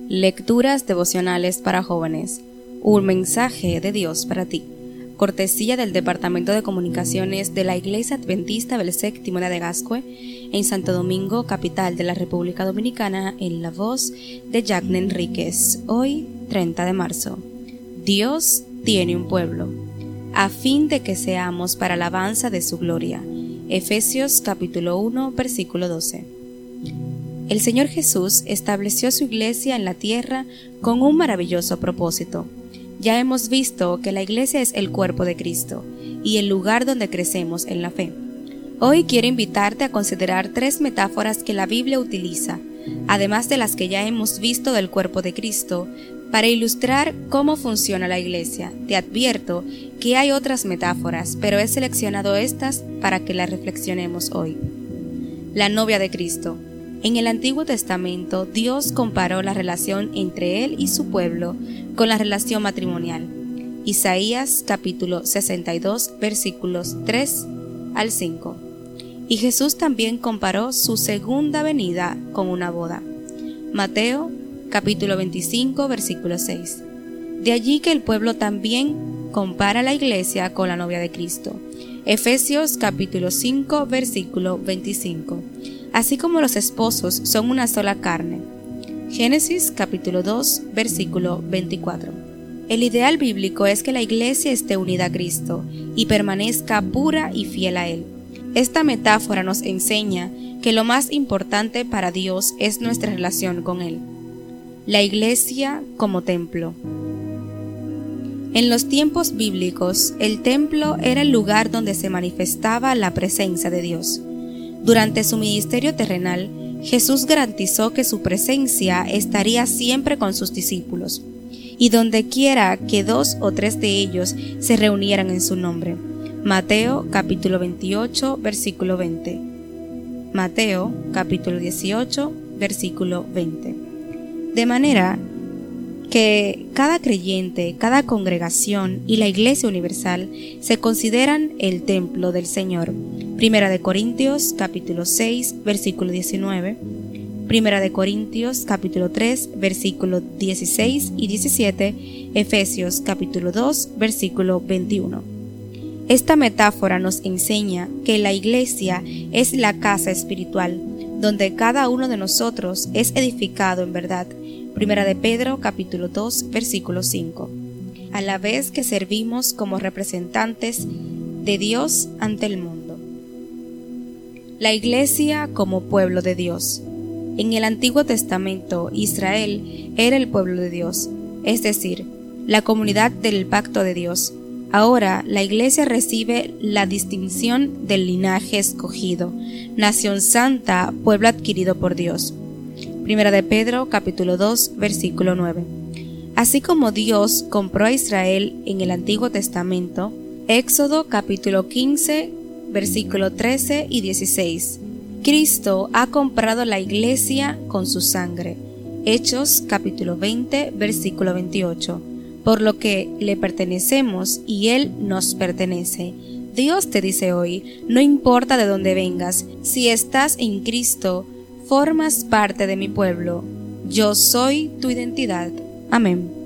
Lecturas devocionales para jóvenes. Un mensaje de Dios para ti. Cortesía del Departamento de Comunicaciones de la Iglesia Adventista del Séptimo Día de Gascue, en Santo Domingo, capital de la República Dominicana, en la voz de Jacne Enríquez. Hoy, 30 de marzo. Dios tiene un pueblo, a fin de que seamos para alabanza de su gloria. Efesios capítulo 1, versículo 12. El Señor Jesús estableció su iglesia en la tierra con un maravilloso propósito. Ya hemos visto que la iglesia es el cuerpo de Cristo y el lugar donde crecemos en la fe. Hoy quiero invitarte a considerar 3 metáforas que la Biblia utiliza, además de las que ya hemos visto del cuerpo de Cristo, para ilustrar cómo funciona la iglesia. Te advierto que hay otras metáforas, pero he seleccionado estas para que las reflexionemos hoy. La novia de Cristo. En el Antiguo Testamento, Dios comparó la relación entre Él y su pueblo con la relación matrimonial. Isaías capítulo 62, versículos 3 al 5. Y Jesús también comparó su segunda venida con una boda. Mateo capítulo 25, versículo 6. De allí que el pueblo también compara la iglesia con la novia de Cristo. Efesios capítulo 5, versículo 25. Así como los esposos son una sola carne. Génesis capítulo 2, versículo 24. El ideal bíblico es que la iglesia esté unida a Cristo y permanezca pura y fiel a Él. Esta metáfora nos enseña que lo más importante para Dios es nuestra relación con Él. La iglesia como templo. En los tiempos bíblicos, el templo era el lugar donde se manifestaba la presencia de Dios. Durante su ministerio terrenal, Jesús garantizó que su presencia estaría siempre con sus discípulos, y donde quiera que 2 o 3 de ellos se reunieran en su nombre. Mateo capítulo 28, versículo 20. Mateo capítulo 18, versículo 20. De manera que cada creyente, cada congregación y la Iglesia Universal se consideran el templo del Señor. Primera de Corintios capítulo 6, versículo 19. Primera de Corintios capítulo 3, versículo 16 y 17. Efesios capítulo 2, versículo 21. Esta metáfora nos enseña que la iglesia es la casa espiritual, donde cada uno de nosotros es edificado en verdad. Primera de Pedro capítulo 2, versículo 5. A la vez que servimos como representantes de Dios ante el mundo. La iglesia como pueblo de Dios. En el Antiguo Testamento, Israel era el pueblo de Dios, es decir, la comunidad del pacto de Dios. Ahora, la iglesia recibe la distinción del linaje escogido, nación santa, pueblo adquirido por Dios. Primera de Pedro, capítulo 2, versículo 9. Así como Dios compró a Israel en el Antiguo Testamento, Éxodo, capítulo 15, versículo 13 y 16. Cristo ha comprado la iglesia con su sangre. Hechos, capítulo 20, versículo 28. Por lo que le pertenecemos y Él nos pertenece. Dios te dice hoy, no importa de dónde vengas, si estás en Cristo, formas parte de mi pueblo. Yo soy tu identidad. Amén.